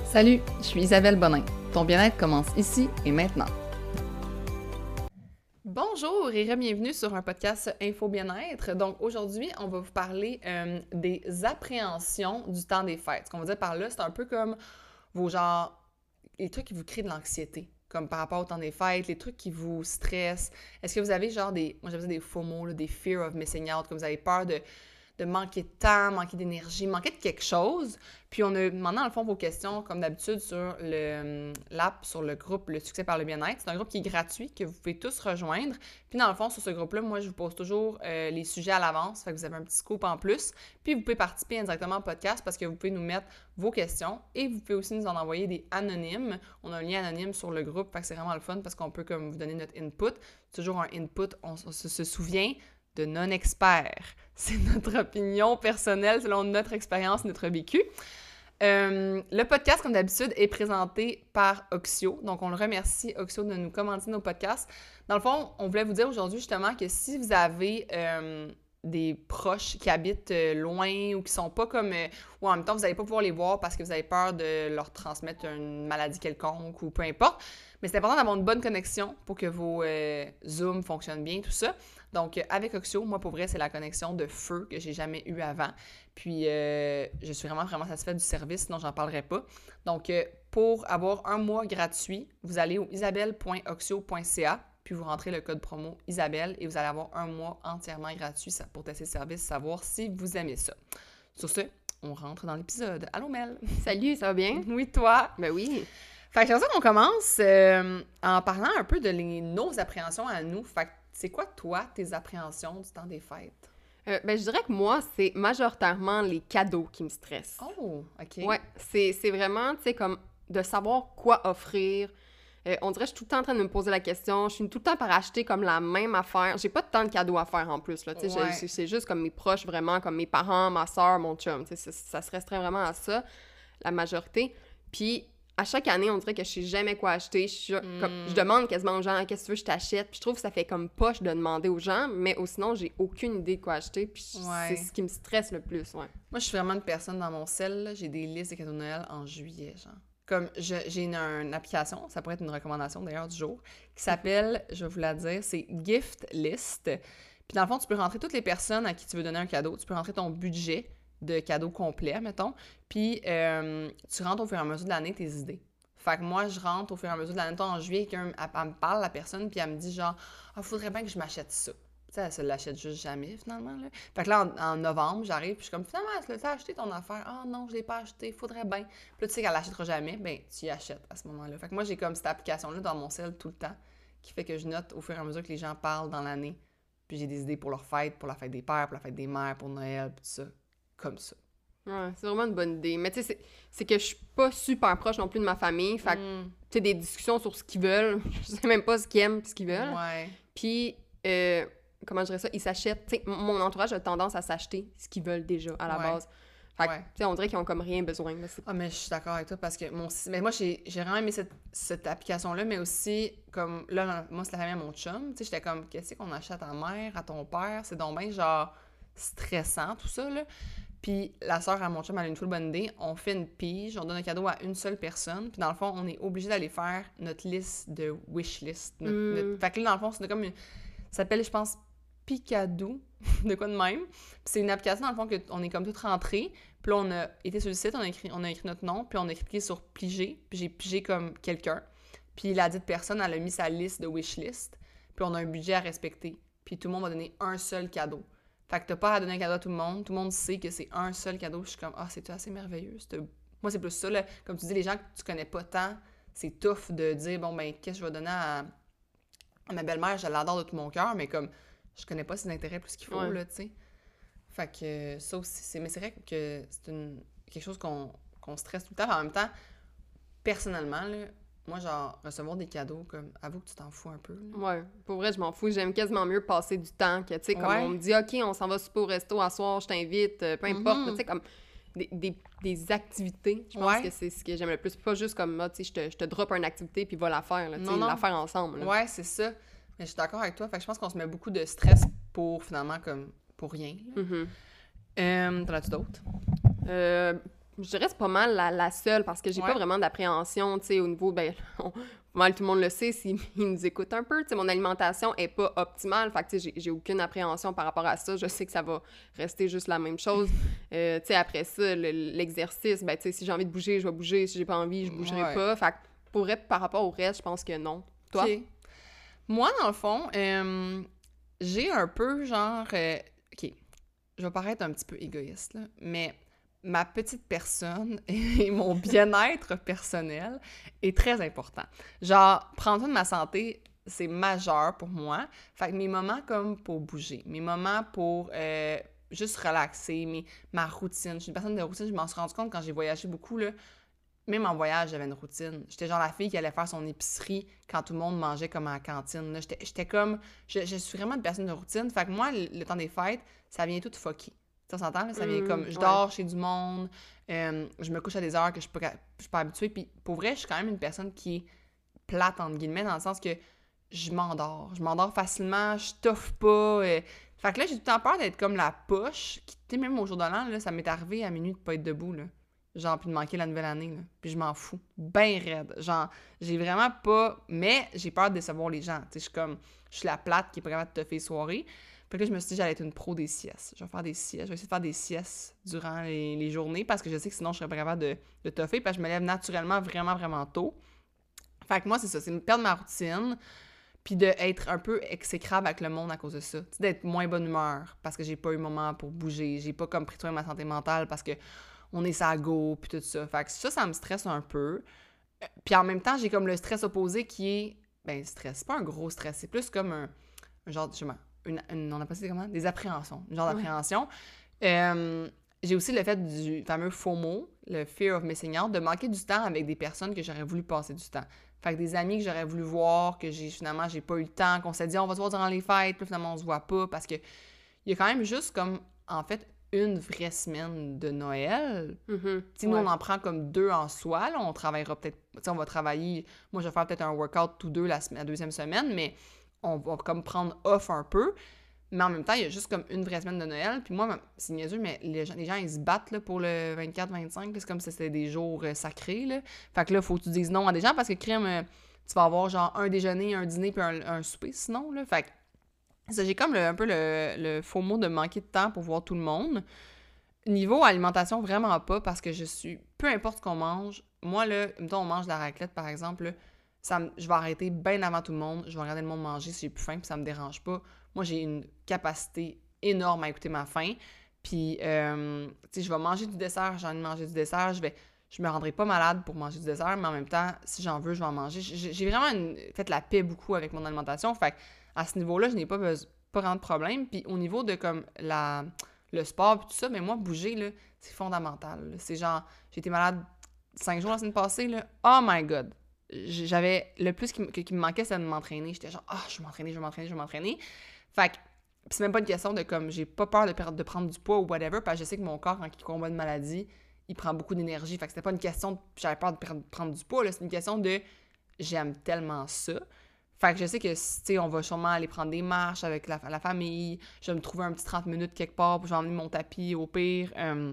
Salut, je suis Isabelle Bonin. Ton bien-être commence ici et maintenant. Bonjour et bienvenue sur un podcast Info Bien-être. Donc aujourd'hui, on va vous parler des appréhensions du temps des fêtes. Ce qu'on va dire par là, c'est un peu comme les trucs qui vous créent de l'anxiété, comme par rapport au temps des fêtes, les trucs qui vous stressent. Est-ce que vous avez moi j'appelle ça des FOMO, là, des Fear of Missing Out, comme vous avez peur de manquer de temps, manquer d'énergie, manquer de quelque chose. Puis on a demandé, dans le fond, vos questions, comme d'habitude, sur l'app, sur le groupe Le Succès par le Bien-être. C'est un groupe qui est gratuit, que vous pouvez tous rejoindre. Puis dans le fond, sur ce groupe-là, moi, je vous pose toujours les sujets à l'avance, fait que vous avez un petit scoop en plus. Puis vous pouvez participer indirectement au podcast parce que vous pouvez nous mettre vos questions et vous pouvez aussi nous en envoyer des anonymes. On a un lien anonyme sur le groupe, fait que c'est vraiment le fun parce qu'on peut comme vous donner notre input. C'est toujours un input, on se souvient de non-experts. C'est notre opinion personnelle selon notre expérience, notre vécu. Le podcast, comme d'habitude, est présenté par Oxio. Donc, on le remercie, Oxio, de nous commanditer nos podcasts. Dans le fond, on voulait vous dire aujourd'hui, justement, que si vous avez des proches qui habitent loin ou qui sont pas comme... ou en même temps, vous n'allez pas pouvoir les voir parce que vous avez peur de leur transmettre une maladie quelconque ou peu importe. Mais c'est important d'avoir une bonne connexion pour que vos Zooms fonctionnent bien, tout ça. Donc, avec Oxio, moi, pour vrai, c'est la connexion de feu que j'ai jamais eue avant. Puis, je suis vraiment, vraiment satisfaite du service, sinon j'en parlerai pas. Donc, pour avoir un mois gratuit, vous allez au isabelle.oxio.ca, puis vous rentrez le code promo Isabelle et vous allez avoir un mois entièrement gratuit pour tester le service, savoir si vous aimez ça. Sur ce, on rentre dans l'épisode. Allô, Mel! Salut, ça va bien? Oui, toi? Ben oui. Fait que c'est pour ça qu'on commence en parlant un peu de nos appréhensions à nous. Fait que c'est quoi, toi, tes appréhensions du temps des fêtes? Ben, je dirais que moi, c'est majoritairement les cadeaux qui me stressent. Oh, OK. Ouais, c'est vraiment, tu sais, comme de savoir quoi offrir. On dirait que je suis tout le temps en train de me poser la question. Je suis tout le temps par acheter comme la même affaire. J'ai pas tant de cadeaux à faire en plus, là. Tu sais, Ouais. c'est juste comme mes proches, vraiment, comme mes parents, ma soeur, mon chum. Tu sais, ça se restreint vraiment à ça, la majorité. Puis, à chaque année, on dirait que je sais jamais quoi acheter. Je demande quasiment aux gens, qu'est-ce que tu veux, je t'achète. Puis je trouve que ça fait comme poche de demander aux gens, mais sinon, j'ai aucune idée de quoi acheter. Puis c'est ce qui me stresse le plus, ouais. Moi, je suis vraiment une personne dans mon cell, là, j'ai des listes de cadeaux de Noël en juillet, genre. Comme j'ai une application, ça pourrait être une recommandation d'ailleurs du jour, qui s'appelle, je vais vous la dire, c'est Gift List. Puis dans le fond, tu peux rentrer toutes les personnes à qui tu veux donner un cadeau. Tu peux rentrer ton budget de cadeau complet, mettons. Puis tu rentres au fur et à mesure de l'année tes idées. Fait que moi, je rentre au fur et à mesure de l'année. En juillet, elle me parle, la personne, puis elle me dit genre « Ah, faudrait bien que je m'achète ça. » Tu sais, elle se l'achète juste jamais, finalement, là. Fait que là, en novembre, j'arrive, puis je suis comme « Finalement, est-ce que tu as acheté ton affaire? Ah non, je l'ai pas acheté, faudrait bien. » Puis là, tu sais qu'elle l'achètera jamais, ben tu y achètes à ce moment-là. Fait que moi, j'ai comme cette application-là dans mon cell tout le temps, qui fait que je note au fur et à mesure que les gens parlent dans l'année. Puis j'ai des idées pour leur fête, pour la fête des pères, pour la fête des mères, pour Noël, puis tout ça. Comme ça. Ouais, c'est vraiment une bonne idée. Mais tu sais, c'est que je suis pas super proche non plus de ma famille. Fait que, tu sais, des discussions sur ce qu'ils veulent. Je sais même pas ce qu'ils aiment et ce qu'ils veulent. Ouais. Puis, comment je dirais ça? Ils s'achètent. Tu sais, mon entourage a tendance à s'acheter ce qu'ils veulent déjà à la base. Fait que, tu sais, on dirait qu'ils ont comme rien besoin. Là, Ah, mais je suis d'accord avec toi parce que mais moi, j'ai vraiment aimé cette application-là, mais aussi, comme, là, moi, c'est la famille à mon chum. Tu sais, j'étais comme, qu'est-ce qu'on achète à ta mère, à ton père? C'est donc bien, genre, stressant, tout ça, là. Puis la sœur à mon chum, elle a une full bonne idée. On fait une pige, on donne un cadeau à une seule personne. Puis dans le fond, on est obligé d'aller faire notre liste de wish list. Fait que là, dans le fond, c'est comme ça s'appelle, je pense, Picadoo, de quoi de même. Puis c'est une application, dans le fond, qu'on est comme toutes rentrées. Puis là, on a été sur le site, on a écrit notre nom, puis on a cliqué sur piger. Puis j'ai pigé comme quelqu'un. Puis la dite personne, elle a mis sa liste de wish list. Puis on a un budget à respecter. Puis tout le monde va donner un seul cadeau. Fait que t'as pas à donner un cadeau à tout le monde. Tout le monde sait que c'est un seul cadeau. Je suis comme, c'est assez merveilleux. Moi, c'est plus ça, là. Comme tu dis, les gens que tu connais pas tant, c'est tough de dire, bon, ben, qu'est-ce que je vais donner à ma belle-mère? Je l'adore de tout mon cœur, mais comme, je connais pas ses intérêts plus qu'il faut, là, tu sais. Fait que ça aussi, mais c'est vrai que c'est quelque chose qu'on stresse tout le temps. En même temps, personnellement, là, moi, genre, recevoir des cadeaux, comme, avoue que tu t'en fous un peu. Là. Ouais, pour vrai, je m'en fous. J'aime quasiment mieux passer du temps que, tu sais, comme on me dit, OK, on s'en va souper au resto à soir, je t'invite, peu importe, tu sais, comme des activités. Je pense que c'est ce que j'aime le plus. Pas juste comme, tu sais, je te drop une activité puis va la faire, tu sais, la faire ensemble. Là. Ouais, c'est ça. Mais je suis d'accord avec toi. Fait que je pense qu'on se met beaucoup de stress pour, finalement, comme, pour rien. T'en as-tu d'autres? je dirais que c'est pas mal la seule, parce que j'ai pas vraiment d'appréhension, tu sais, au niveau, ben, pas mal tout le monde le sait s'ils nous écoutent un peu, tu sais, mon alimentation est pas optimale, fait que, tu sais, j'ai aucune appréhension par rapport à ça, je sais que ça va rester juste la même chose. Tu sais, après ça, l'exercice, ben, tu sais, si j'ai envie de bouger, je vais bouger, si j'ai pas envie, je bougerai pas, fait que, pour vrai, par rapport au reste, je pense que non. Toi? Okay. Moi, dans le fond, j'ai un peu genre... OK, je vais paraître un petit peu égoïste, là, mais ma petite personne et mon bien-être personnel est très important. Genre, prendre soin de ma santé, c'est majeur pour moi. Fait que mes moments comme pour bouger, mes moments pour juste relaxer, ma routine. Je suis une personne de routine, je m'en suis rendu compte quand j'ai voyagé beaucoup, là. Même en voyage, j'avais une routine. J'étais genre la fille qui allait faire son épicerie quand tout le monde mangeait comme à la cantine. Là. J'étais comme... Je suis vraiment une personne de routine. Fait que moi, le temps des fêtes, ça vient tout fucké. Tu s'entend? Là? Ça vient comme... Je dors chez du monde, je me couche à des heures que je suis pas habituée. Puis pour vrai, je suis quand même une personne qui est plate, entre guillemets, dans le sens que je m'endors. Je m'endors facilement, je toffe pas. Fait que là, j'ai tout le temps peur d'être comme la poche. Tu sais, même au jour de l'an, là, ça m'est arrivé à minuit de pas être debout, là. Genre, puis de manquer la nouvelle année, là. Puis je m'en fous. Ben raide. Genre, j'ai vraiment pas... Mais j'ai peur de décevoir les gens. Tu sais, je suis comme... Je suis la plate qui est pas capable de te faire soirée. Puis là, je me suis dit, j'allais être une pro des siestes. Je vais faire des siestes. Je vais essayer de faire des siestes durant les journées parce que je sais que sinon, je serais pas capable de toffer parce que je me lève naturellement vraiment, vraiment tôt. Fait que moi, c'est ça. C'est perdre ma routine puis d'être un peu exécrable avec le monde à cause de ça. Tu sais, d'être moins bonne humeur parce que j'ai pas eu le moment pour bouger. J'ai pas comme pris soin de ma santé mentale parce que on est sa go, puis tout ça. Fait que ça me stresse un peu. Puis en même temps, j'ai comme le stress opposé qui est... Ben, stress, c'est pas un gros stress, c'est plus comme un genre, justement, on a passé comment? Des appréhensions, une genre d'appréhension. J'ai aussi le fait du fameux FOMO, le Fear of Missing Out, de manquer du temps avec des personnes que j'aurais voulu passer du temps. Fait que des amis que j'aurais voulu voir, que finalement, j'ai pas eu le temps, qu'on s'est dit, on va se voir durant les fêtes, puis finalement, on se voit pas, parce que il y a quand même juste comme, en fait, une vraie semaine de Noël. Nous, on en prend comme 2 en soi. Là, on travaillera peut-être... On va travailler... Moi, je vais faire peut-être un workout tous 2 la deuxième semaine, mais on va comme prendre off un peu. Mais en même temps, il y a juste comme une vraie semaine de Noël. Puis moi, c'est niaiseux, mais les gens, ils se battent là, pour le 24-25. C'est comme si c'était des jours sacrés. Là. Fait que là, il faut que tu dises non à des gens parce que crème, tu vas avoir genre un déjeuner, un dîner puis un souper sinon. Là. Fait que ça, j'ai comme un peu le faux mot de manquer de temps pour voir tout le monde. Niveau alimentation, vraiment pas, parce que je suis... Peu importe ce qu'on mange, moi, là, mettons, on mange de la raclette, par exemple, là, je vais arrêter bien avant tout le monde. Je vais regarder le monde manger si j'ai plus faim, puis ça me dérange pas. Moi, j'ai une capacité énorme à écouter ma faim. Puis, tu sais, je vais manger du dessert, j'ai envie de manger du dessert. Je me rendrai pas malade pour manger du dessert, mais en même temps, si j'en veux, je vais en manger. J'ai vraiment fait la paix beaucoup avec mon alimentation. Fait à ce niveau-là, je n'ai pas vraiment de problème. Puis au niveau de comme le sport et tout ça, mais moi, bouger, là, c'est fondamental. Là. C'est genre, j'ai été malade 5 jours la semaine passée, là. Oh my God! J'avais... Le plus qui me manquait, c'était de m'entraîner. J'étais genre, je vais m'entraîner. Fait que c'est même pas une question de comme, j'ai pas peur de prendre du poids ou whatever, parce que je sais que mon corps, quand il combat une maladie, il prend beaucoup d'énergie. Fait que c'était pas une question de j'avais peur de prendre du poids, là. C'est une question de j'aime tellement ça. Fait que je sais que, tu sais, on va sûrement aller prendre des marches avec la famille. Je vais me trouver un petit 30 minutes quelque part, puis je vais emmener mon tapis au pire.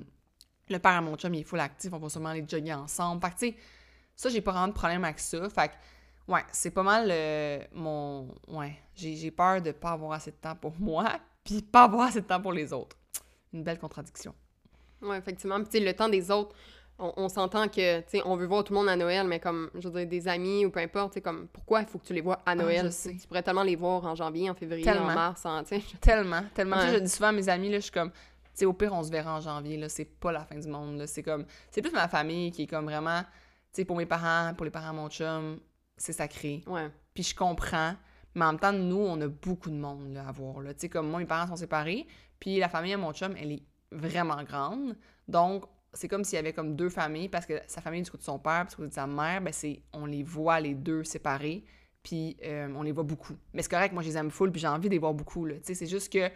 Le père à mon chum, il est full actif, on va sûrement aller jogger ensemble. Fait que, tu sais, ça, j'ai pas vraiment de problème avec ça. Fait que, ouais, c'est pas mal Ouais, j'ai peur de pas avoir assez de temps pour moi, puis pas avoir assez de temps pour les autres. Une belle contradiction. Ouais, effectivement. Puis, tu sais, le temps des autres... On s'entend que, tu sais, on veut voir tout le monde à Noël, mais comme, je veux dire, des amis ou peu importe, tu sais, comme, pourquoi il faut que tu les vois à Noël? Je sais. Tu pourrais tellement les voir en janvier, en février, tellement. En mars, tu sais. Tellement. Ouais. Tu sais, je dis souvent à mes amis, là, je suis comme, tu sais, au pire, on se verra en janvier, là, c'est pas la fin du monde, là, c'est comme, c'est plus ma famille qui est comme vraiment, tu sais, pour mes parents, pour les parents de mon chum, c'est sacré. Ouais. Puis je comprends, mais en même temps, nous, on a beaucoup de monde, là, à voir, là. Tu sais, comme moi, mes parents sont séparés, puis la famille de mon chum, elle est vraiment grande, donc c'est comme s'il y avait comme 2 familles, parce que sa famille du côté de son père, puis du côté de sa mère, ben on les voit les 2 séparés, puis on les voit beaucoup. Mais c'est correct, moi je les aime full, puis j'ai envie de les voir beaucoup, là. Tu sais, c'est juste que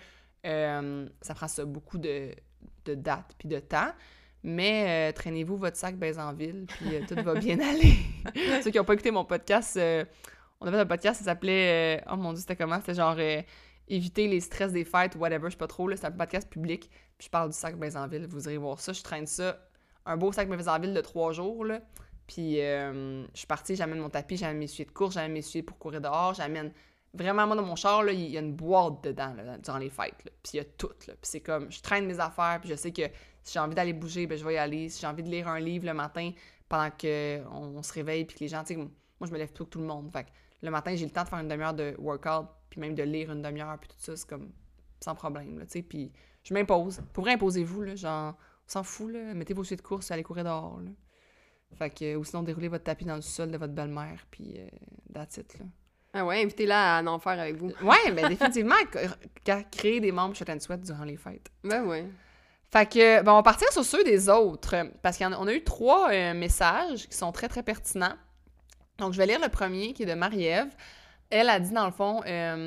ça prend ça beaucoup de dates puis de temps. Mais traînez-vous votre sac Baise-en-Ville, puis tout va bien aller. Ceux qui n'ont pas écouté mon podcast, on avait un podcast, ça s'appelait... oh mon Dieu, c'était comment? C'était genre... éviter les stress des fêtes ou whatever, je sais pas trop, là, c'est un podcast public, puis je parle du sac Baise-en-Ville, vous irez voir ça, je traîne ça un beau sac Mevesanville de 3 jours, là. Puis je suis partie, j'amène mon tapis, j'amène mes souliers de course, j'amène mes souliers pour courir dehors, j'amène... Vraiment, moi, dans mon char, là, il y a une boîte dedans, là, durant les fêtes, là. Puis il y a tout, là. Puis c'est comme, je traîne mes affaires, puis je sais que si j'ai envie d'aller bouger, ben je vais y aller. Si j'ai envie de lire un livre le matin, pendant qu'on se réveille, puis que les gens, tu sais, moi, je me lève plus tôt que tout le monde. Fait que le matin, j'ai le temps de faire une demi-heure de workout, puis même de lire une demi-heure, puis tout ça, c'est comme sans problème, là, tu sais. Puis je m'impose. Pour vrai, imposez-vous, là, genre, on s'en fout, là. Mettez vos souliers de course, allez courir dehors, là. Fait que, ou sinon, déroulez votre tapis dans le sol de votre belle-mère, puis that's it, là. Ah ouais, invitez-la à en faire avec vous. Ouais, ben définitivement, créer des membres Shot and Sweat durant les fêtes. Ben ouais. Fait que, on va partir sur ceux des autres, parce qu'on a eu 3 messages qui sont très, très pertinents. Donc, je vais lire le premier, qui est de Marie-Ève. Elle a dit, dans le fond,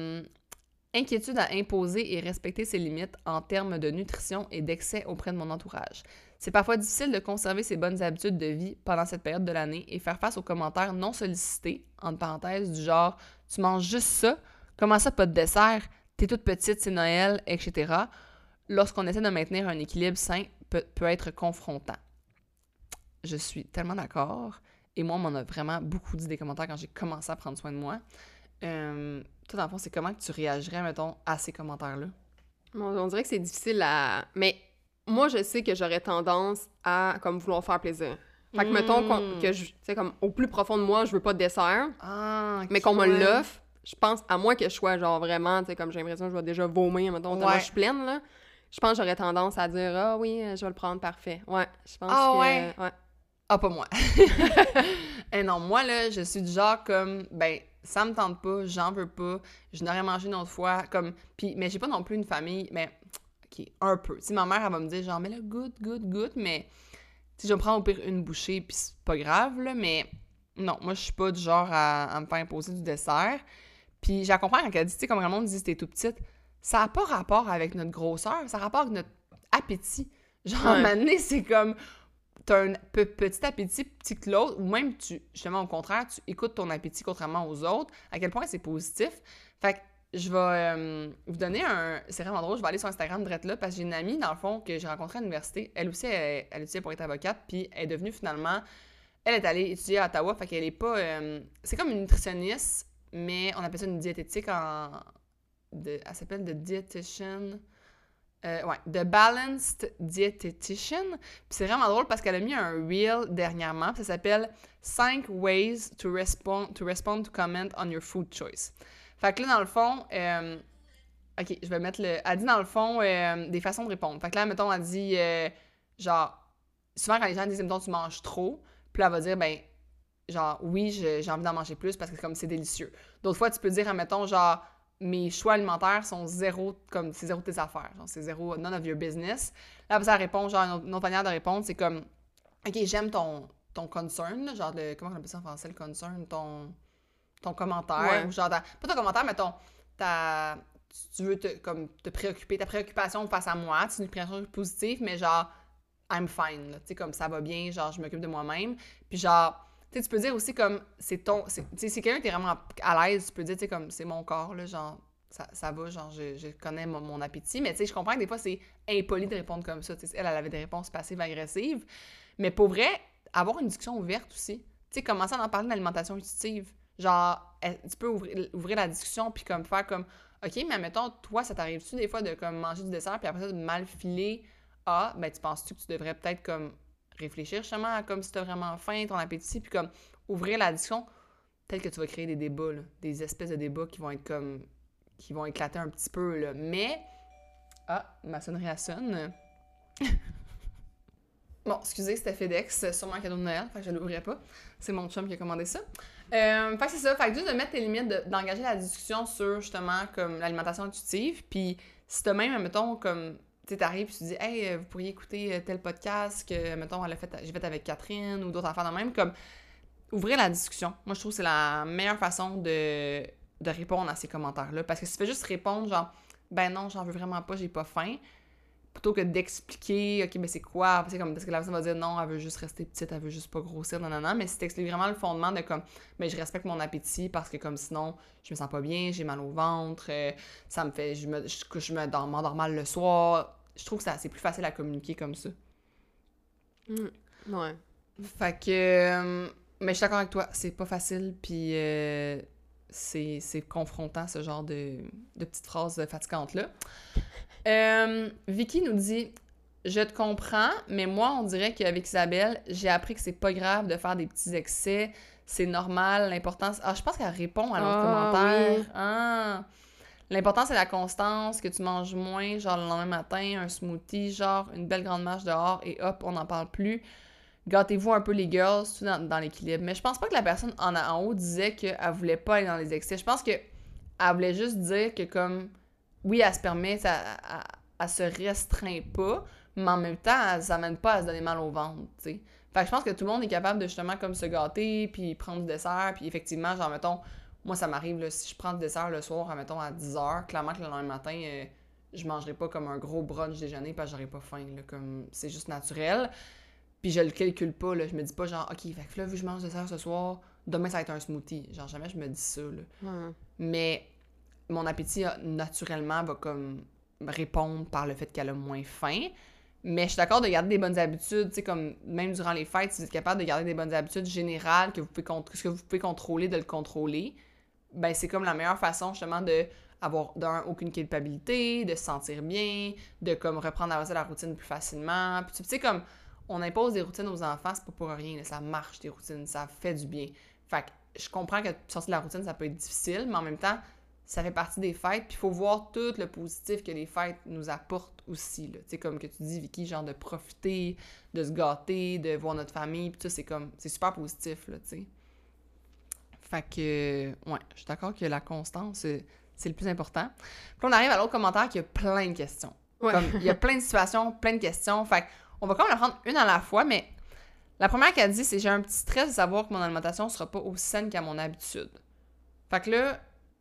inquiétude à imposer et respecter ses limites en termes de nutrition et d'excès auprès de mon entourage. C'est parfois difficile de conserver ses bonnes habitudes de vie pendant cette période de l'année et faire face aux commentaires non sollicités, entre parenthèses, du genre « Tu manges juste ça? Comment ça, pas de dessert? T'es toute petite, c'est Noël, etc. » Lorsqu'on essaie de maintenir un équilibre sain, peut être confrontant. Je suis tellement d'accord. Et moi, on m'en a vraiment beaucoup dit des commentaires quand j'ai commencé à prendre soin de moi. Toi, dans le fond, c'est comment que tu réagirais, mettons, à ces commentaires-là? On dirait que c'est difficile à... Mais moi, je sais que j'aurais tendance à, comme, vouloir faire plaisir. Fait que, mettons, que tu sais, comme, au plus profond de moi, je veux pas de dessert, mais qu'on me l'offre, je pense, à moins que je sois, genre, vraiment, tu sais, comme j'ai l'impression que je vais déjà vomir, mettons, tellement je suis pleine, là, je pense que j'aurais tendance à dire « Ah oui, je vais le prendre, parfait. » Ouais, je pense que... Ouais? Ouais. Ah, pas moi. Non, moi, là, je suis du genre comme, ben, ça me tente pas, j'en veux pas, je n'aurais mangé une autre fois, comme... Puis, mais j'ai pas non plus une famille, mais... OK, un peu. Tu sais, ma mère, elle va me dire, genre, mais là, goûte, mais... Tu sais, je vais me prendre au pire une bouchée, puis c'est pas grave, là, mais... Non, moi, je suis pas du genre à me faire imposer du dessert. Puis, j'ai compris quand elle dit, tu sais, comme vraiment on dit, c'était tout petite, ça n'a pas rapport avec notre grosseur, ça a rapport avec notre appétit. Genre, à un moment donné, c'est comme... T'as un petit appétit petit que l'autre, ou même, justement, au contraire, tu écoutes ton appétit contrairement aux autres, à quel point c'est positif. Fait que je vais vous donner un... C'est vraiment drôle, je vais aller sur Instagram direct là, parce que j'ai une amie, dans le fond, que j'ai rencontrée à l'université. Elle aussi, elle étudiait pour être avocate, puis elle est devenue finalement... Elle est allée étudier à Ottawa, fait qu'elle est pas... c'est comme une nutritionniste, mais on appelle ça une diététique elle s'appelle The Dietitian... ouais, The Balanced Dietitian. Puis c'est vraiment drôle parce qu'elle a mis un reel dernièrement. Puis ça s'appelle 5 ways to respond to comment on your food choice. Fait que là, dans le fond, OK, je vais mettre le... Elle dit, dans le fond, des façons de répondre. Fait que là, mettons, elle dit, genre, souvent quand les gens disent, mettons, tu manges trop, puis là, elle va dire, ben, genre, oui, j'ai envie d'en manger plus parce que comme c'est délicieux. D'autres fois, tu peux dire, mettons, genre, mes choix alimentaires sont zéro, comme c'est zéro de tes affaires. Genre, c'est zéro, none of your business. Là, après ça répond, genre, une autre manière de répondre, c'est comme, OK, j'aime ton concern, là, genre, comment on appelle ça en français, le concern, ton commentaire, ou genre, pas ton commentaire, mais tu veux te préoccuper, ta préoccupation face à moi, c'est une préoccupation positive, mais genre, I'm fine, tu sais, comme ça va bien, genre, je m'occupe de moi-même, puis genre, tu sais, tu peux dire aussi comme, c'est quelqu'un qui est vraiment à l'aise, tu peux dire, tu sais, comme, c'est mon corps, là, genre, ça va, genre, je connais mon appétit, mais tu sais, je comprends que des fois, c'est impoli de répondre comme ça, tu sais, elle avait des réponses passives-agressives, mais pour vrai, avoir une discussion ouverte aussi, tu sais, commencer à en parler d'alimentation intuitive, genre, tu peux ouvrir la discussion, puis comme faire comme, OK, mais mettons, toi, ça t'arrive-tu des fois de comme manger du dessert, puis après ça, de mal filer, ben, tu penses-tu que tu devrais peut-être comme réfléchir justement à comme si t'as vraiment faim, ton appétit, puis comme ouvrir la discussion, peut-être que tu vas créer des débats, là, des espèces de débats qui vont être comme, qui vont éclater un petit peu, là, mais... Ah, ma sonnerie sonne. Bon, excusez, c'était FedEx, sûrement un cadeau de Noël, fait que je l'ouvrirai pas. C'est mon chum qui a commandé ça. Fait que c'est ça, fait que juste de mettre tes limites, d'engager la discussion sur, justement, comme l'alimentation intuitive, puis si t'as même, mettons, comme... Tu sais, t'arrives et tu dis « Hey, vous pourriez écouter tel podcast que, mettons, j'ai fait avec Catherine ou d'autres affaires de même. » Comme, ouvrir la discussion. Moi, je trouve que c'est la meilleure façon de répondre à ces commentaires-là. Parce que si tu fais juste répondre, genre « Ben non, j'en veux vraiment pas, j'ai pas faim. » Plutôt que d'expliquer « OK, ben c'est quoi? » Parce que la personne va dire « Non, elle veut juste rester petite, elle veut juste pas grossir, non. » Mais si t'expliques vraiment le fondement de comme « Ben je respecte mon appétit parce que comme sinon, je me sens pas bien, j'ai mal au ventre, ça me fait... Je m'endors mal le soir. » Je trouve que c'est plus facile à communiquer comme ça. Ouais. Fait que... mais je suis d'accord avec toi, c'est pas facile, puis c'est confrontant, ce genre de petites phrases fatigantes-là. Vicky nous dit... Je te comprends, mais moi, on dirait qu'avec Isabelle, j'ai appris que c'est pas grave de faire des petits excès. C'est normal, l'important... Ah, je pense qu'elle répond à notre commentaire. Oui. Ah! L'important, c'est la constance, que tu manges moins, genre le lendemain matin, un smoothie, genre une belle grande marche dehors, et hop, on n'en parle plus. Gâtez-vous un peu les girls, tout dans l'équilibre. Mais je pense pas que la personne en haut disait qu'elle voulait pas aller dans les excès. Je pense qu'elle voulait juste dire que comme... Oui, elle se permet, elle se restreint pas, mais en même temps, elle s'amène pas à se donner mal au ventre, tu sais. Fait que je pense que tout le monde est capable de justement comme se gâter, puis prendre du dessert, puis effectivement, genre, mettons, moi, ça m'arrive, là, si je prends du dessert le soir, mettons, à 10h, clairement que le lendemain matin, je mangerai pas comme un gros brunch déjeuner, parce que j'aurai pas faim, là, comme, c'est juste naturel. Puis je le calcule pas, là, je me dis pas genre, OK, fait que là, vu que je mange du dessert ce soir, demain, ça va être un smoothie. Genre, jamais je me dis ça, là. Mais mon appétit, naturellement, va comme répondre par le fait qu'elle a moins faim. Mais je suis d'accord de garder des bonnes habitudes, tu sais, comme même durant les fêtes, si vous êtes capable de garder des bonnes habitudes générales, que vous pouvez ce que vous pouvez contrôler, de le contrôler, ben c'est comme la meilleure façon, justement, de avoir, aucune culpabilité, de se sentir bien, de comme reprendre la routine plus facilement. Puis tu sais, comme, on impose des routines aux enfants, c'est pas pour rien, là, ça marche, des routines, ça fait du bien. Fait que je comprends que sortir de la routine, ça peut être difficile, mais en même temps, ça fait partie des fêtes, puis il faut voir tout le positif que les fêtes nous apportent aussi, là. Tu sais, comme que tu dis, Vicky, genre de profiter, de se gâter, de voir notre famille, puis tout, c'est super positif, là, tu sais. Fait que, ouais, je suis d'accord que la constance, c'est le plus important. Puis on arrive à l'autre commentaire qui a plein de questions. Ouais. Comme, il y a plein de situations, plein de questions, fait on va quand même la prendre une à la fois, mais la première qu'elle dit, c'est « J'ai un petit stress de savoir que mon alimentation sera pas aussi saine qu'à mon habitude. » Fait que là,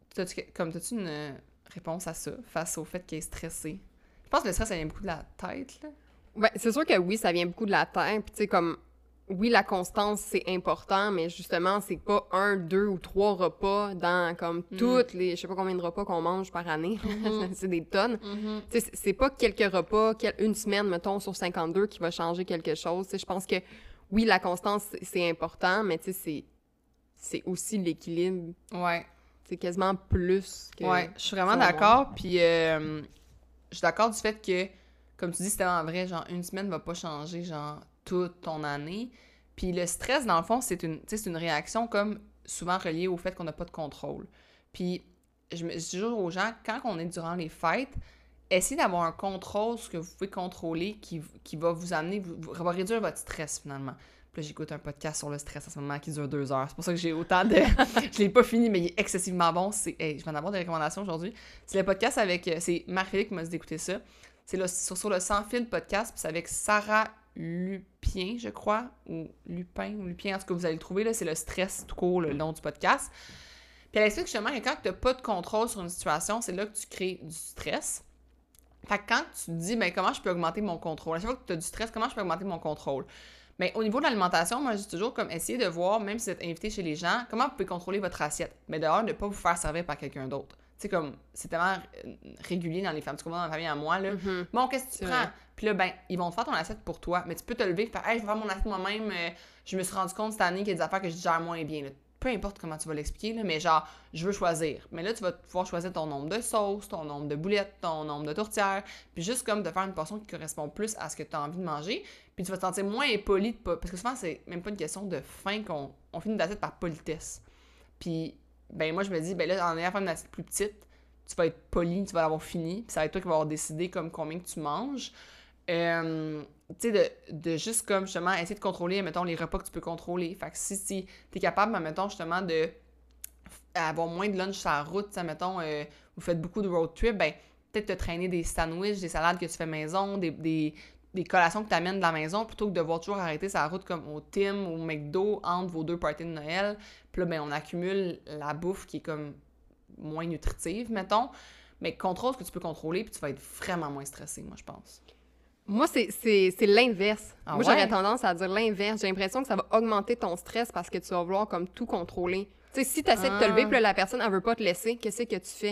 t'as-tu une réponse à ça, face au fait qu'elle est stressée? Je pense que le stress, ça vient beaucoup de la tête, là. Ben, c'est sûr que oui, ça vient beaucoup de la tête. Puis tu sais, comme, oui, la constance, c'est important, mais justement, c'est pas 1, 2 ou 3 repas dans, comme, toutes les... Je sais pas combien de repas qu'on mange par année. C'est des tonnes. Tu sais, c'est pas quelques repas, une semaine, mettons, sur 52 qui va changer quelque chose. Tu sais, je pense que, oui, la constance, c'est important, mais tu sais, c'est aussi l'équilibre. Ouais. C'est quasiment plus que... Ouais, je suis vraiment d'accord, puis je suis d'accord du fait que, comme tu dis, c'était en vrai, genre, une semaine va pas changer, genre, toute ton année. Puis le stress, dans le fond, c'est une réaction comme souvent reliée au fait qu'on n'a pas de contrôle. Puis je dis toujours aux gens, quand on est durant les fêtes, essayez d'avoir un contrôle, ce que vous pouvez contrôler, qui va vous amener, va réduire votre stress, finalement. Puis là, j'écoute un podcast sur le stress en ce moment qui dure 2 heures. C'est pour ça que j'ai autant de... Je l'ai pas fini, mais il est excessivement bon. Je vais en avoir des recommandations aujourd'hui. C'est le podcast avec... C'est Marie-Philippe qui m'a dit d'écouter ça. C'est sur le Sans Fil podcast, puis c'est avec Sarah Lupien, je crois, ou Lupin, ou Lupien, en tout cas, vous allez le trouver, là, c'est le stress tout court, le nom du podcast. Puis elle explique justement que quand tu n'as pas de contrôle sur une situation, c'est là que tu crées du stress. Fait que quand tu te dis, ben comment je peux augmenter mon contrôle? À chaque fois que tu as du stress, comment je peux augmenter mon contrôle? Mais au niveau de l'alimentation, moi, je dis toujours comme essayer de voir, même si vous êtes invité chez les gens, comment vous pouvez contrôler votre assiette. Mais d'ailleurs, de ne pas vous faire servir par quelqu'un d'autre. Tu sais, comme, c'est tellement régulier dans les familles. Tu comprends, dans la famille à moi, là. Bon, qu'est-ce que tu prends? Puis là, ben, ils vont te faire ton assiette pour toi. Mais tu peux te lever et faire, hey, je vais faire mon assiette moi-même. Je me suis rendu compte cette année qu'il y a des affaires que je gère moins bien, là. Peu importe comment tu vas l'expliquer, là, mais genre, je veux choisir. Mais là, tu vas pouvoir choisir ton nombre de sauces, ton nombre de boulettes, ton nombre de tourtières, puis juste comme de faire une portion qui correspond plus à ce que tu as envie de manger, puis tu vas te sentir moins impoli de pas... Parce que souvent, c'est même pas une question de faim qu'on finit d'assiette par politesse. Puis, ben moi, je me dis, ben là, en ayant fait une assiette plus petite, tu vas être poli, tu vas l'avoir fini, puis ça va être toi qui vas avoir décidé comme combien que tu manges. Tu sais, de juste comme justement essayer de contrôler, mettons, les repas que tu peux contrôler. Fait que si t'es capable, mettons, justement, de avoir moins de lunch sur la route, tu sais, mettons, vous faites beaucoup de road trip, ben peut-être te traîner des sandwichs, des salades que tu fais maison, des collations que tu amènes de la maison, plutôt que de devoir toujours arrêter sa route comme au Tim ou au McDo entre vos 2 parties de Noël. Puis là, ben on accumule la bouffe qui est comme moins nutritive, mettons. Mais contrôle ce que tu peux contrôler, puis tu vas être vraiment moins stressé, moi, je pense. Moi, c'est l'inverse. Ah moi, ouais? j'aurais tendance à dire l'inverse. J'ai l'impression que ça va augmenter ton stress parce que tu vas vouloir comme tout contrôler. Tu sais, si tu essaies de te lever, puis là, la personne, elle veut pas te laisser, qu'est-ce que tu fais?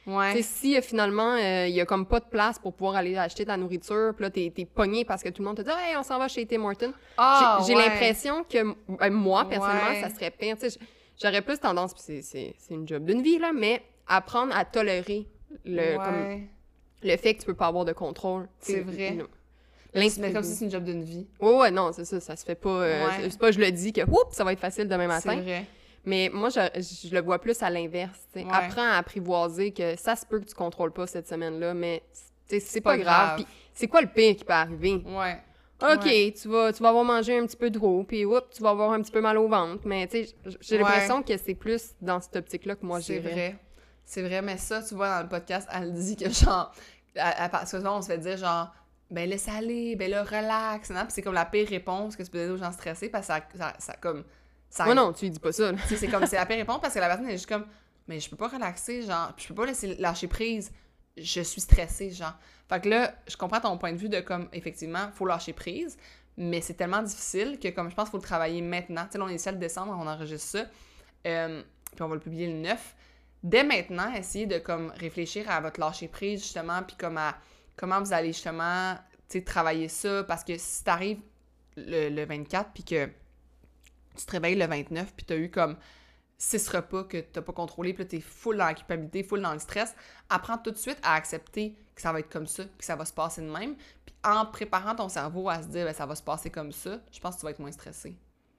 Ouais. Tu sais, si finalement, il y a comme pas de place pour pouvoir aller acheter ta nourriture, puis là, t'es pogné parce que tout le monde te dit « Hey, on s'en va chez Tim Hortons. » J'ai ouais. l'impression que, moi, personnellement, Ouais. ça serait pire. Tu sais, j'aurais plus tendance, puis c'est une job d'une vie, là, mais apprendre à tolérer comme, le fait que tu peux pas avoir de contrôle. C'est vrai. Mais comme si c'est une job d'une vie. Ouais, non, c'est ça se fait pas... c'est pas je le dis que, oups, ça va être facile demain matin. C'est vrai. Mais moi, je le vois plus à l'inverse. Ouais. Apprends à apprivoiser que ça se peut que tu contrôles pas cette semaine-là, mais c'est pas grave. Puis c'est quoi le pire qui peut arriver? Ouais. OK, tu vas avoir mangé un petit peu trop, puis oups, tu vas avoir un petit peu mal au ventre. Mais tu sais, j'ai l'impression que c'est plus dans cette optique-là que moi j'irais. C'est vrai, mais ça, tu vois, dans le podcast, elle dit que genre... Parce que souvent, on se fait dire genre... Ben laisse aller, ben là, relax. Puis c'est comme la pire réponse que tu peux donner aux gens stressés parce que ça comme... Moi non, tu lui dis pas ça. C'est comme, c'est la pire réponse parce que la personne est juste comme, mais je peux pas relaxer, genre, puis je peux pas lâcher prise, je suis stressée, genre. Fait que là, je comprends ton point de vue de comme, effectivement, faut lâcher prise, mais c'est tellement difficile que comme, je pense qu'il faut le travailler maintenant. Tu sais, là, on est le 7 décembre, on enregistre ça, puis on va le publier le 9. Dès maintenant, essayez de comme réfléchir à votre lâcher prise, justement, puis comme à comment vous allez justement, tu sais, travailler ça, parce que si t'arrives le 24, puis que tu te réveilles le 29, puis t'as eu comme 6 repas que t'as pas contrôlé, puis là, t'es full dans la culpabilité, full dans le stress, apprends tout de suite à accepter que ça va être comme ça, que ça va se passer de même, puis en préparant ton cerveau à se dire, ben, ça va se passer comme ça, je pense que tu vas être moins stressé.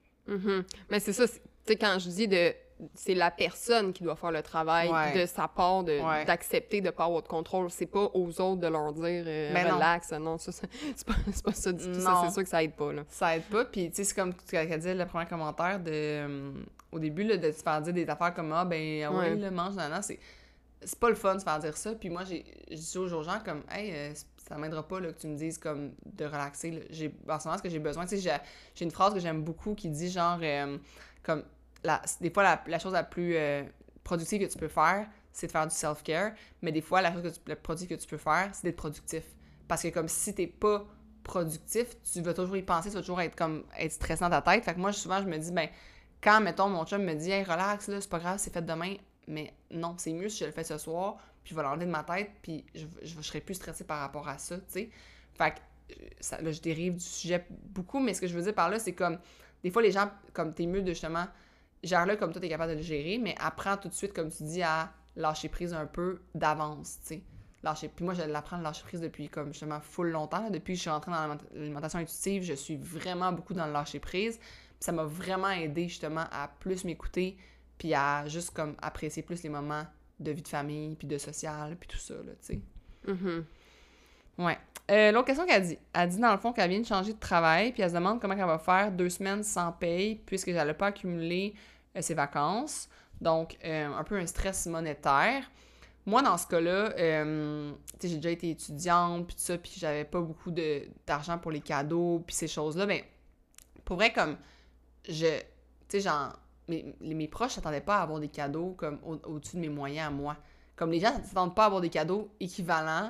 Mais c'est ça, tu sais, quand je dis c'est la personne qui doit faire le travail de sa part, d'accepter de pas avoir de contrôle. C'est pas aux autres de leur dire relax. Non, ça, c'est pas ça du tout. Ça, c'est sûr que ça aide pas. Là. Ça aide pas. Puis, tu sais, c'est comme tu as dit le premier commentaire au début, là, de te faire dire des affaires comme oui, là, mange, non, c'est pas le fun de se faire dire ça. Puis moi, je dis aux gens comme, hey, ça m'aidera pas là, que tu me dises comme de relaxer. Là. En ce moment, ce que j'ai besoin, tu sais, j'ai une phrase que j'aime beaucoup qui dit genre, comme, des fois, la chose la plus productive que tu peux faire, c'est de faire du self-care, mais des fois, la chose la plus productive que tu peux faire, c'est d'être productif. Parce que comme si t'es pas productif, tu vas toujours y penser, tu vas toujours être stressé dans ta tête. Fait que moi, souvent, je me dis, ben, quand, mettons, mon chum me dit, hey, relax, là, c'est pas grave, c'est fait demain, mais non, c'est mieux si je le fais ce soir, puis je vais l'enlever de ma tête, puis je serai plus stressée par rapport à ça, tu sais. Fait que, là, je dérive du sujet beaucoup, mais ce que je veux dire par là, c'est comme, des fois, les gens, comme, t'es mieux de justement, gère-le comme toi, t'es capable de le gérer, mais apprends tout de suite, comme tu dis, à lâcher prise un peu d'avance, tu sais. Puis moi, je l'apprends de lâcher prise depuis, comme, justement, full longtemps, là. Depuis que je suis rentrée dans l'alimentation intuitive, je suis vraiment beaucoup dans le lâcher prise. Puis ça m'a vraiment aidé, justement, à plus m'écouter, puis à juste, comme, apprécier plus les moments de vie de famille, puis de social, puis tout ça, là, tu sais. Ouais. L'autre question qu'elle dit. Elle dit, dans le fond, qu'elle vient de changer de travail, puis elle se demande comment elle va faire 2 semaines sans paye, puisqu'elle n'a pas accumulé ses vacances. Donc, un peu un stress monétaire. Moi, dans ce cas-là, tu sais, j'ai déjà été étudiante, puis tout ça, puis j'avais pas beaucoup d'argent pour les cadeaux, puis ces choses-là. Mais pour vrai, comme, tu sais, genre, mes proches s'attendaient pas à avoir des cadeaux comme au-dessus de mes moyens à moi. Comme les gens ne s'attendent pas à avoir des cadeaux équivalents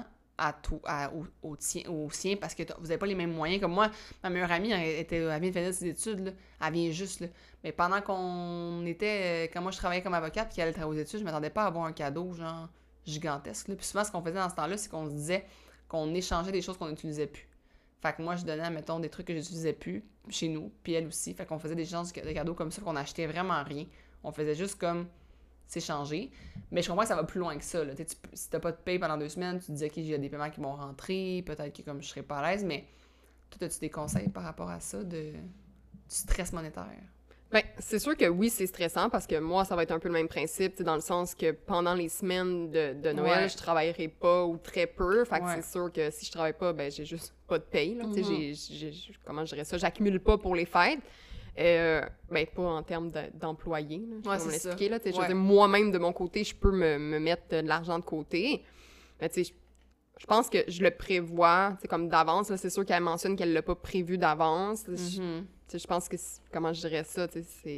au sien parce que vous n'avez pas les mêmes moyens. Comme moi, ma meilleure amie, elle vient de finir ses études, là. Elle vient juste, là. Mais pendant quand moi je travaillais comme avocate puis qu'elle allait travailler aux études, je m'attendais pas à avoir un cadeau, genre, gigantesque, là. Puis souvent, ce qu'on faisait dans ce temps-là, c'est qu'on se disait qu'on échangeait des choses qu'on n'utilisait plus. Fait que moi, je donnais, mettons, des trucs que j'utilisais plus chez nous, puis elle aussi. Fait qu'on faisait des échanges de cadeaux comme ça, qu'on achetait vraiment rien. On faisait juste comme s'échanger. Mais je comprends que ça va plus loin que ça. Là. Si t'as pas de paye pendant 2 semaines, tu te dis, OK, il y a des paiements qui vont rentrer, peut-être que comme je serais pas à l'aise, mais toi, as-tu des conseils par rapport à ça, du stress monétaire? Ben, c'est sûr que oui, c'est stressant parce que moi, ça va être un peu le même principe, dans le sens que pendant les semaines de Noël, je travaillerai pas ou très peu. Fait que c'est sûr que si je travaille pas, ben j'ai juste pas de paye. Là, comment je dirais ça? J'accumule pas pour les fêtes. Ben, pas en termes d'employés, je vais l'expliquer. Là, je veux dire, moi-même, de mon côté, je peux me mettre de l'argent de côté. Mais tu sais, je pense que je le prévois, comme d'avance. C'est sûr qu'elle mentionne qu'elle l'a pas prévu d'avance. Je pense que, comment je dirais ça,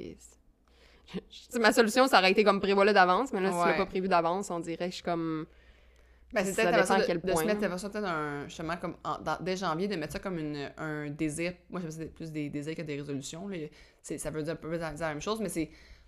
ma solution, ça aurait été comme prévoir d'avance, mais là, si tu l'as pas prévu d'avance, on dirait que je suis comme... Ben, c'est peut-être ça de se mettre peut-être justement comme dès janvier, de mettre ça comme un désir. Moi, j'aime ça plus des désirs que des résolutions. Là. Ça veut dire un peu la même chose, mais c'est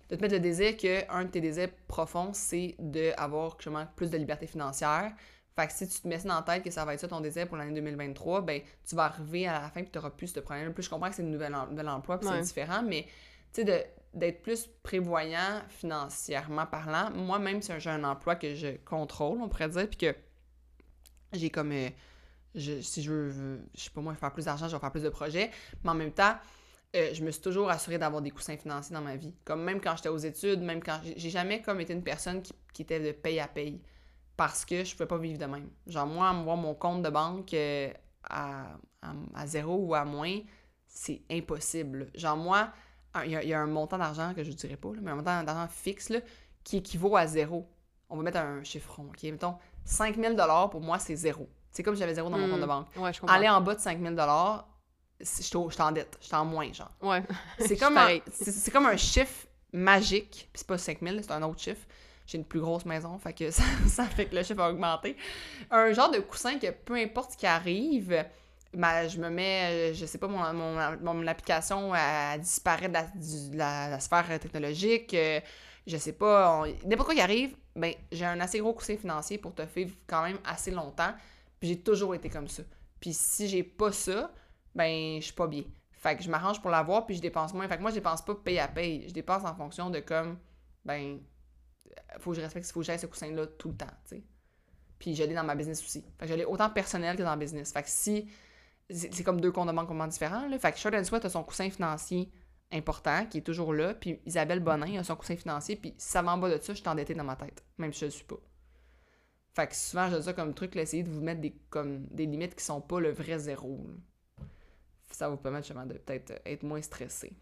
de te mettre le désir qu'un de tes désirs profonds, c'est d'avoir justement plus de liberté financière. Fait que si tu te mets ça dans la tête que ça va être ça ton désir pour l'année 2023, ben tu vas arriver à la fin et tu n'auras plus ce problème. Plus je comprends que c'est un nouvel emploi puis c'est différent, mais tu sais, d'être plus prévoyant financièrement parlant, moi-même, si j'ai un emploi que je contrôle, on pourrait dire, puis que j'ai comme... si je veux, je sais pas moi, faire plus d'argent, je vais faire plus de projets, mais en même temps, je me suis toujours assurée d'avoir des coussins financiers dans ma vie. Comme même quand j'étais aux études, même quand... J'ai jamais comme été une personne qui était de paye à paye. Parce que je pouvais pas vivre de même. Genre, moi, voir mon compte de banque à zéro ou à moins, c'est impossible. Genre, moi, il y a un montant d'argent que je dirais pas, là, mais un montant d'argent fixe là, qui équivaut à zéro. On va mettre un chiffron, OK? Mettons, 5 000 $ pour moi, c'est zéro. C'est comme si j'avais zéro dans mon compte de banque. Ouais, je comprends. Aller en bas de 5 000 $, je suis en dette. Je suis en moins, genre. Ouais. C'est comme un chiffre magique. Puis c'est pas 5 000, c'est un autre chiffre. J'ai une plus grosse maison, fait que ça fait que le chiffre a augmenté. Un genre de coussin que peu importe ce qui arrive, je me mets, je sais pas, mon application disparaît de la sphère technologique, je sais pas, n'importe quoi qui arrive, ben j'ai un assez gros coussin financier pour te vivre quand même assez longtemps, puis j'ai toujours été comme ça. Puis si j'ai pas ça, ben je suis pas bien. Fait que je m'arrange pour l'avoir, puis je dépense moins. Fait que moi, je dépense pas paye à paye, je dépense en fonction de comme, ben... faut que je respecte, faut que j'aille ce coussin-là tout le temps, tu sais. Puis je l'ai dans ma business aussi. Fait que je l'ai autant personnel que dans le business. Fait que si... C'est comme deux comptes de banque complètement différents, là. Fait que Short & Sweat a son coussin financier important, qui est toujours là, puis Isabelle Bonin a son coussin financier, puis si ça va en bas de ça, je suis endettée dans ma tête, même si je le suis pas. Fait que souvent, je dis ça comme truc, là, essayez de vous mettre des limites qui sont pas le vrai zéro, là. Ça va vous permettre justement de peut-être être moins stressé.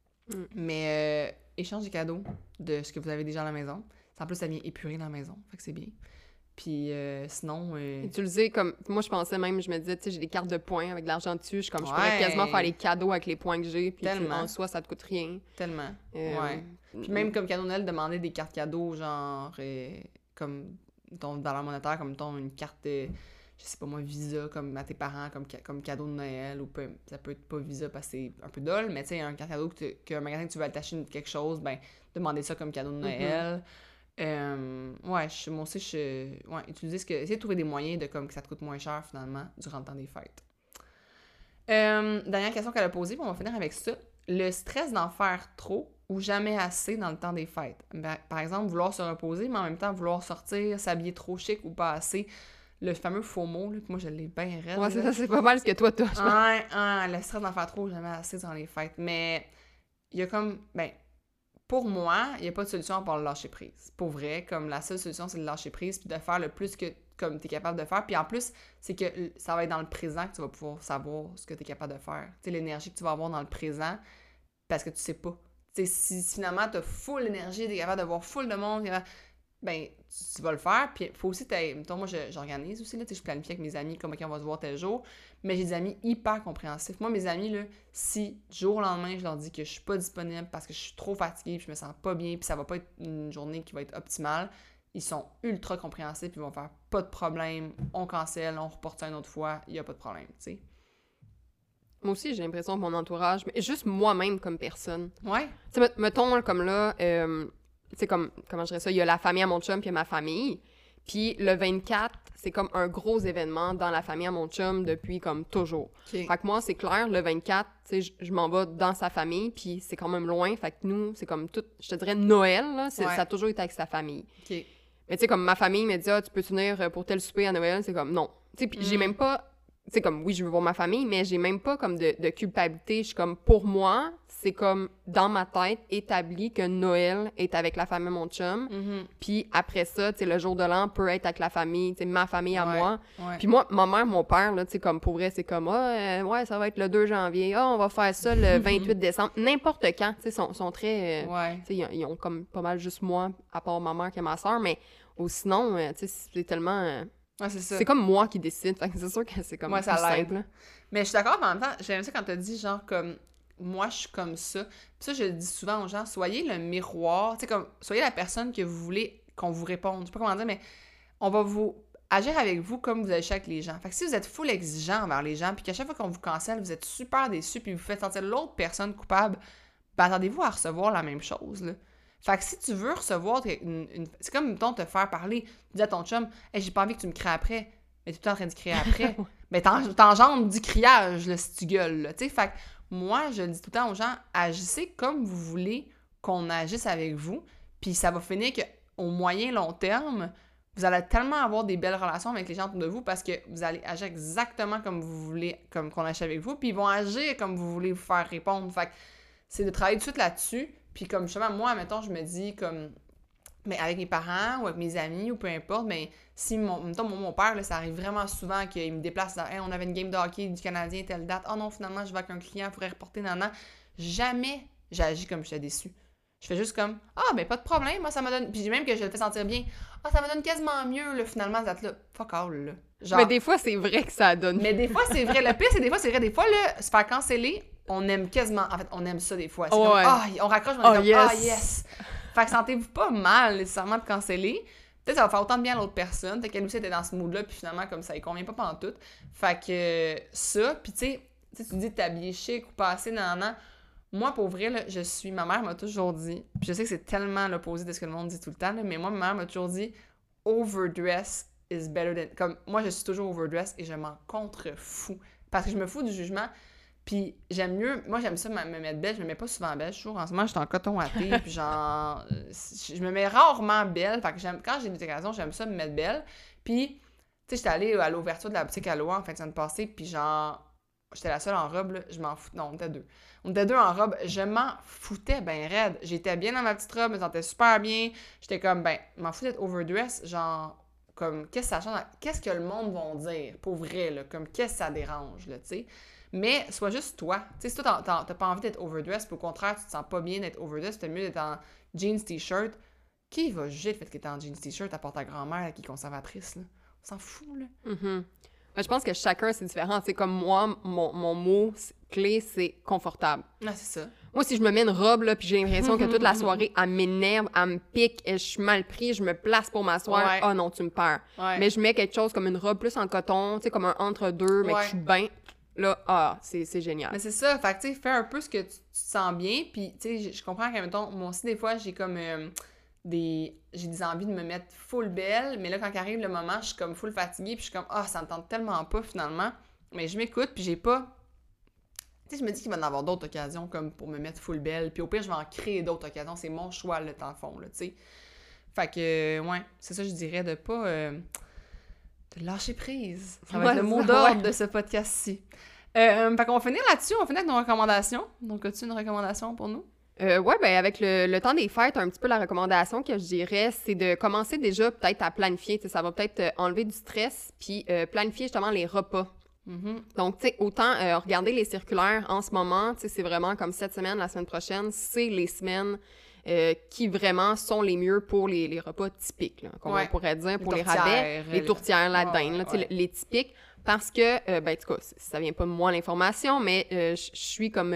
Mais échange des cadeaux de ce que vous avez déjà à la maison. En plus, ça vient épurer dans la maison, fait que c'est bien. Puis sinon... Utiliser comme... Moi, je pensais même, je me disais, tu sais, j'ai des cartes de points avec de l'argent dessus. Je pourrais quasiment faire les cadeaux avec les points que j'ai. Puis en soi, ça te coûte rien. Tellement. Ouais. Puis même comme cadeau Noël, demander des cartes cadeaux, genre, comme ton valeur monétaire, comme une carte, je sais pas moi, Visa, comme à tes parents, comme cadeau de Noël. Ou ça peut être pas Visa parce que c'est un peu dole, mais tu sais, un carte cadeau qu'un magasin que tu veux attacher quelque chose, ben, demander ça comme cadeau de Noël. Moi aussi, essayez de trouver des moyens de comme que ça te coûte moins cher finalement durant le temps des fêtes. Dernière question qu'elle a posée, puis on va finir avec ça. Le stress d'en faire trop ou jamais assez dans le temps des fêtes. Ben, par exemple, vouloir se reposer, mais en même temps vouloir sortir, s'habiller trop chic ou pas assez. Le fameux FOMO, là, que moi je l'ai bien raide. Ouais, c'est ça, c'est pas mal ce que toi t'as. Le stress d'en faire trop ou jamais assez dans les fêtes. Mais il y a comme, pour moi, il n'y a pas de solution à part le lâcher prise. Pour vrai, comme la seule solution, c'est de lâcher prise puis de faire le plus que comme tu es capable de faire. Puis en plus, c'est que ça va être dans le présent que tu vas pouvoir savoir ce que tu es capable de faire. Tu sais, l'énergie que tu vas avoir dans le présent parce que tu sais pas. Tu sais, si finalement tu as full énergie, tu es capable de voir full de monde, ben tu vas le faire. Puis il faut aussi, mettons, moi j'organise aussi, là, je planifie avec mes amis comme OK, on va se voir tel jour. Mais j'ai des amis hyper compréhensifs. Moi, mes amis, là, si du jour au lendemain, je leur dis que je suis pas disponible parce que je suis trop fatiguée, puis je me sens pas bien, puis ça va pas être une journée qui va être optimale, ils sont ultra compréhensifs, puis ils vont faire pas de problème, on cancelle, on reporte ça une autre fois, il y a pas de problème, tu sais. Moi aussi, j'ai l'impression que mon entourage, mais juste moi-même comme personne. Ouais. Tu sais, mettons, comme là, tu sais, comment je dirais ça, il y a la famille à mon chum, puis il y a ma famille. Puis le 24, c'est comme un gros événement dans la famille à mon chum depuis comme toujours. Okay. Fait que moi, c'est clair, le 24, tu sais, je m'en vais dans sa famille, puis c'est quand même loin. Fait que nous, c'est comme tout, je te dirais Noël, là, ça a toujours été avec sa famille. Okay. Mais tu sais, comme ma famille me dit, tu peux venir pour tel souper à Noël? C'est comme non. Tu sais, puis j'ai même pas... Tu sais, comme, oui, je veux voir ma famille, mais j'ai même pas comme de culpabilité. Je suis comme, pour moi, c'est comme, dans ma tête, établi que Noël est avec la famille de mon chum. Puis après ça, tu sais, le jour de l'an peut être avec la famille, tu sais, ma famille à moi. Puis moi, ma mère, mon père, là, tu sais, comme, pour vrai, c'est comme, ouais, ça va être le 2 janvier. On va faire ça le 28 décembre. N'importe quand, tu sais, sont très... tu sais, ils ont comme pas mal juste moi, à part ma mère qui est ma soeur, mais sinon, tu sais, c'est tellement... Ouais, c'est ça. C'est comme moi qui décide, fait que c'est sûr que c'est comme ça plus simple. Mais je suis d'accord, mais en même temps, j'aime ça quand t'as dit, genre, comme, moi, je suis comme ça. Puis ça, je le dis souvent aux gens, soyez le miroir, tu sais, comme, soyez la personne que vous voulez qu'on vous réponde. Je sais pas comment dire, mais on va vous agir avec vous comme vous agissez avec les gens. Fait que si vous êtes full exigeant envers les gens, puis qu'à chaque fois qu'on vous cancelle, vous êtes super déçus, puis vous faites sentir l'autre personne coupable, ben attendez-vous à recevoir la même chose, là. Fait que si tu veux recevoir c'est comme, mettons, te faire parler. Tu dis à ton chum, « Hey, j'ai pas envie que tu me cries après. » Mais t'es tout le temps en train de crier après. Ben, t'engendres du criage, là, si tu gueules, là. Tu sais, fait que moi, je dis tout le temps aux gens, agissez comme vous voulez qu'on agisse avec vous. Puis ça va finir qu'au moyen long terme, vous allez tellement avoir des belles relations avec les gens autour de vous parce que vous allez agir exactement comme vous voulez, comme qu'on agisse avec vous. Puis ils vont agir comme vous voulez vous faire répondre. Fait que c'est de travailler tout de suite là-dessus. Puis comme justement, moi, mettons, je me dis comme... Mais avec mes parents ou avec mes amis ou peu importe, mais si, mettons, mon père, là, ça arrive vraiment souvent qu'il me déplace dans, hey, on avait une game de hockey du Canadien, telle date. Oh non, finalement, je vais avec un client, il faudrait reporter, nan. Jamais j'agis comme j'étais déçue. Je fais juste comme, ah, ben pas de problème, moi, ça me donne. Puis même que je le fais sentir bien. Ah, ça me donne quasiment mieux, là, finalement, cette date-là. Fuck all, là. Genre... Mais des fois, c'est vrai que ça donne. Mais des fois, c'est vrai. Le pire, c'est des fois, c'est vrai. Des fois, là, se faire canceller, on aime quasiment. En fait, on aime ça des fois. C'est comme, ah, on raccroche, on est comme, yes. Ah, yes. Fait que sentez-vous pas mal nécessairement de canceller. Peut-être que ça va faire autant de bien à l'autre personne. Peut-être qu'elle aussi était dans ce mood-là, puis finalement, comme ça, il convient pas pantoute. Fait que ça, puis tu sais, tu dis t'habiller chic ou passer nan. Moi, pour vrai, là, ma mère m'a toujours dit, puis je sais que c'est tellement l'opposé de ce que le monde dit tout le temps, là, mais moi, ma mère m'a toujours dit overdress is better than. Comme moi, je suis toujours overdress et je m'en contrefous. Parce que je me fous du jugement. Puis j'aime mieux, moi j'aime ça me mettre belle, je me mets pas souvent belle, je trouve en ce moment je suis en coton watté, puis genre, je me mets rarement belle, fait que quand j'ai des occasions, j'aime ça me mettre belle, puis tu sais, j'étais allée à l'ouverture de la boutique Aloha en fin de semaine passée, puis genre, j'étais la seule en robe, là, je m'en fous, non, on était deux en robe, je m'en foutais ben raide, j'étais bien dans ma petite robe, je me sentais super bien, j'étais comme, ben, je m'en fous d'être overdress, genre, comme, qu'est-ce que ça change, qu'est-ce que le monde va dire, pour vrai, là, comme, qu'est-ce que ça dérange, là, tu sais. Mais sois juste toi. Tu sais, si toi, t'as pas envie d'être overdress, puis au contraire, tu te sens pas bien d'être overdress, c'est mieux d'être en jeans, t-shirt. Qui va juger le fait que t'es en jeans, t-shirt à part ta grand-mère qui est conservatrice, là? On s'en fout, là. Mm-hmm. Mais je pense que chacun, c'est différent. C'est comme moi, mon mot clé, c'est confortable. Ah, c'est ça. Moi, si je me mets une robe, là, puis j'ai l'impression que toute la soirée, elle m'énerve, elle me pique, et je suis mal prise, je me place pour m'asseoir. Ah non, tu me perds. Ouais. Mais je mets quelque chose comme une robe plus en coton, tu sais, comme un entre-deux, mais que je suis bien... Là, c'est génial. Mais c'est ça, fait que tu sais, fais un peu ce que tu te sens bien, puis tu sais, je comprends que, mettons, moi aussi, des fois, j'ai comme j'ai des envies de me mettre full belle, mais là, quand arrive le moment, je suis comme full fatiguée, puis je suis comme, ça me tente tellement pas, finalement, mais je m'écoute, puis j'ai pas... Tu sais, je me dis qu'il va y en avoir d'autres occasions, comme pour me mettre full belle, puis au pire, je vais en créer d'autres occasions, c'est mon choix, là, dans le fond, là, tu sais. Fait que, ouais, c'est ça, je dirais, de pas... de lâcher prise. Ça va être le mot d'ordre de ce podcast-ci. Fait qu'on va finir là-dessus, on va finir avec nos recommandations. Donc, as-tu une recommandation pour nous? Oui, bien, avec le temps des fêtes, un petit peu la recommandation que je dirais, c'est de commencer déjà peut-être à planifier. Ça va peut-être enlever du stress, puis planifier justement les repas. Mm-hmm. Donc, tu sais, autant regarder les circulaires en ce moment, tu sais, c'est vraiment comme cette semaine, la semaine prochaine, c'est les semaines qui vraiment sont les mieux pour les repas typiques, là, comme on pourrait dire, pour les rabais, les tourtières, la dinde, là, les typiques. Parce que, ben, en tout cas, ça vient pas de moi l'information, mais je suis comme.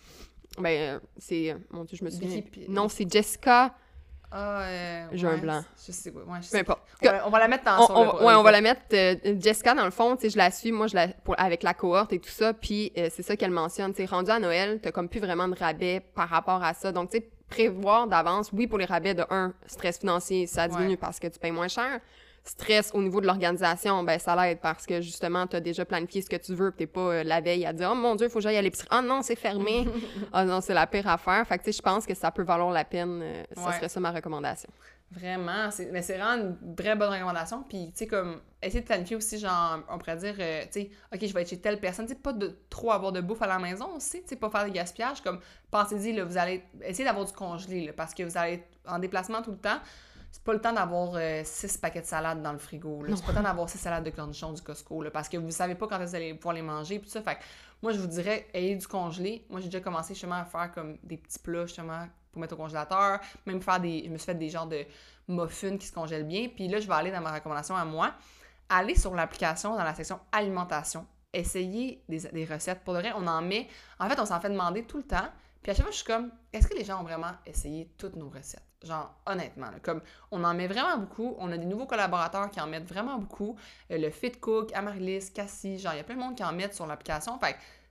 C'est. Mon Dieu, je me souviens. Non, c'est Jessica. J'ai un blanc. Je sais quoi. Ouais, je sais. Peu importe. On va la mettre dans on va la mettre. Jessica, dans le fond, tu sais, je la suis, moi, avec la cohorte et tout ça, puis c'est ça qu'elle mentionne. Tu sais, rendu à Noël, t'as comme plus vraiment de rabais par rapport à ça. Donc, tu sais, prévoir d'avance, oui, pour les rabais de stress financier, ça diminue parce que tu payes moins cher. Stress au niveau de l'organisation, ben ça l'aide parce que justement, tu as déjà planifié ce que tu veux, puis t'es pas la veille à dire « Oh mon Dieu, il faut que j'aille à l'épicerie. Ah non, c'est fermé. » Ah non, c'est la pire affaire. Fait que tu sais, je pense que ça peut valoir la peine. Ça serait ça ma recommandation. Vraiment. Mais c'est vraiment une vraie bonne recommandation. Puis, tu sais, comme, essayer de planifier aussi, genre, on pourrait dire, tu sais, OK, je vais être chez telle personne. Tu sais, pas de trop avoir de bouffe à la maison aussi, tu sais, pas faire de gaspillage. Comme, pensez-y, là, vous allez essayer d'avoir du congelé, là, parce que vous allez être en déplacement tout le temps. C'est pas le temps d'avoir 6 paquets de salade dans le frigo. Là. C'est pas le temps d'avoir 6 salades de cornichons du Costco. Là, parce que vous savez pas quand vous allez pouvoir les manger. Puis tout ça. Fait que moi, je vous dirais, ayez du congelé. Moi, j'ai déjà commencé justement à faire comme des petits plats justement pour mettre au congélateur. Même faire je me suis fait des genres de muffins qui se congèlent bien. Puis là, je vais aller dans ma recommandation à moi. Allez sur l'application dans la section alimentation. Essayez des recettes. Pour de vrai, on en met... En fait, on s'en fait demander tout le temps. Puis à chaque fois, je suis comme, est-ce que les gens ont vraiment essayé toutes nos recettes? Genre, honnêtement, là, comme on en met vraiment beaucoup. On a des nouveaux collaborateurs qui en mettent vraiment beaucoup. Le Fit Cook, Amaryllis, Cassie, genre, il y a plein de monde qui en mettent sur l'application. Fait que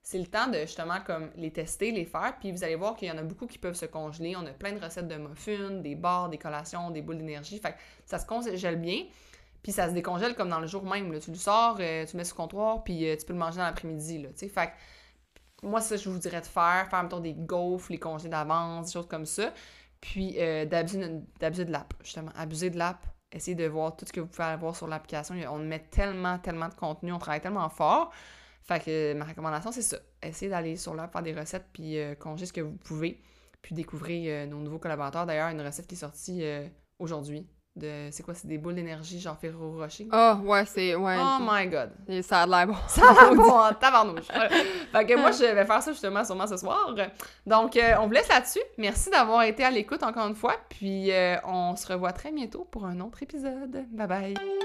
c'est le temps de justement comme les tester, les faire, puis vous allez voir qu'il y en a beaucoup qui peuvent se congeler. On a plein de recettes de muffins, des bars, des collations, des boules d'énergie. Fait que ça se congèle bien, puis ça se décongèle comme dans le jour même. Là. Tu le sors, tu le mets sur le comptoir, puis tu peux le manger dans l'après-midi. Là, fait que moi, ça, je vous dirais de faire mettons, des gaufres, les congeler d'avance, des choses comme ça. Puis d'abuser de l'app, justement. Abuser de l'app. Essayez de voir tout ce que vous pouvez avoir sur l'application. On met tellement de contenu, on travaille tellement fort. Fait que ma recommandation, c'est ça. Essayez d'aller sur l'app, faire des recettes, puis congeler ce que vous pouvez. Puis découvrir nos nouveaux collaborateurs. D'ailleurs, une recette qui est sortie aujourd'hui. C'est quoi? C'est des boules d'énergie, genre Ferrero Rocher. Ah, ouais, c'est... Ouais. Oh my God! Et ça a l'air bon. Ça a l'air bon en tabarnouche. Fait que moi, je vais faire ça justement sûrement ce soir. Donc, on vous laisse là-dessus. Merci d'avoir été à l'écoute encore une fois. Puis, on se revoit très bientôt pour un autre épisode. Bye bye!